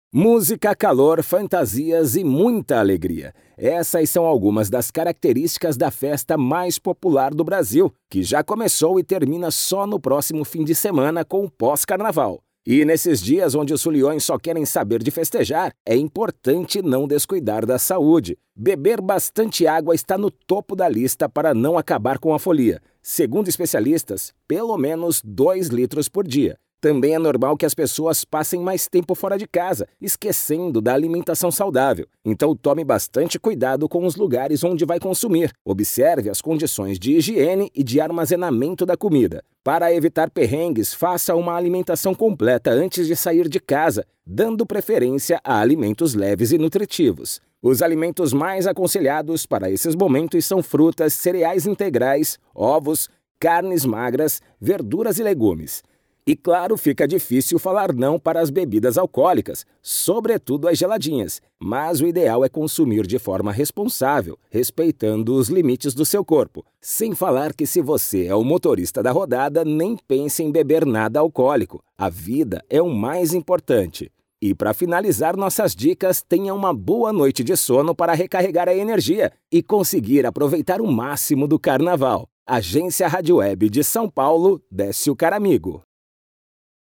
Música, calor, fantasias e muita alegria. Essas são algumas das características da festa mais popular do Brasil, que já começou e termina só no próximo fim de semana com o pós-carnaval. E nesses dias onde os foliões só querem saber de festejar, é importante não descuidar da saúde. Beber bastante água está no topo da lista para não acabar com a folia. Segundo especialistas, pelo menos 2 litros por dia. Também é normal que as pessoas passem mais tempo fora de casa, esquecendo da alimentação saudável. Então tome bastante cuidado com os lugares onde vai consumir. Observe as condições de higiene e de armazenamento da comida. Para evitar perrengues, faça uma alimentação completa antes de sair de casa, dando preferência a alimentos leves e nutritivos. Os alimentos mais aconselhados para esses momentos são frutas, cereais integrais, ovos, carnes magras, verduras e legumes. E claro, fica difícil falar não para as bebidas alcoólicas, sobretudo as geladinhas, mas o ideal é consumir de forma responsável, respeitando os limites do seu corpo. Sem falar que se você é o motorista da rodada, nem pense em beber nada alcoólico. A vida é o mais importante. E para finalizar nossas dicas, tenha uma boa noite de sono para recarregar a energia e conseguir aproveitar o máximo do carnaval. Agência Rádio Web de São Paulo, Décio Caramigo.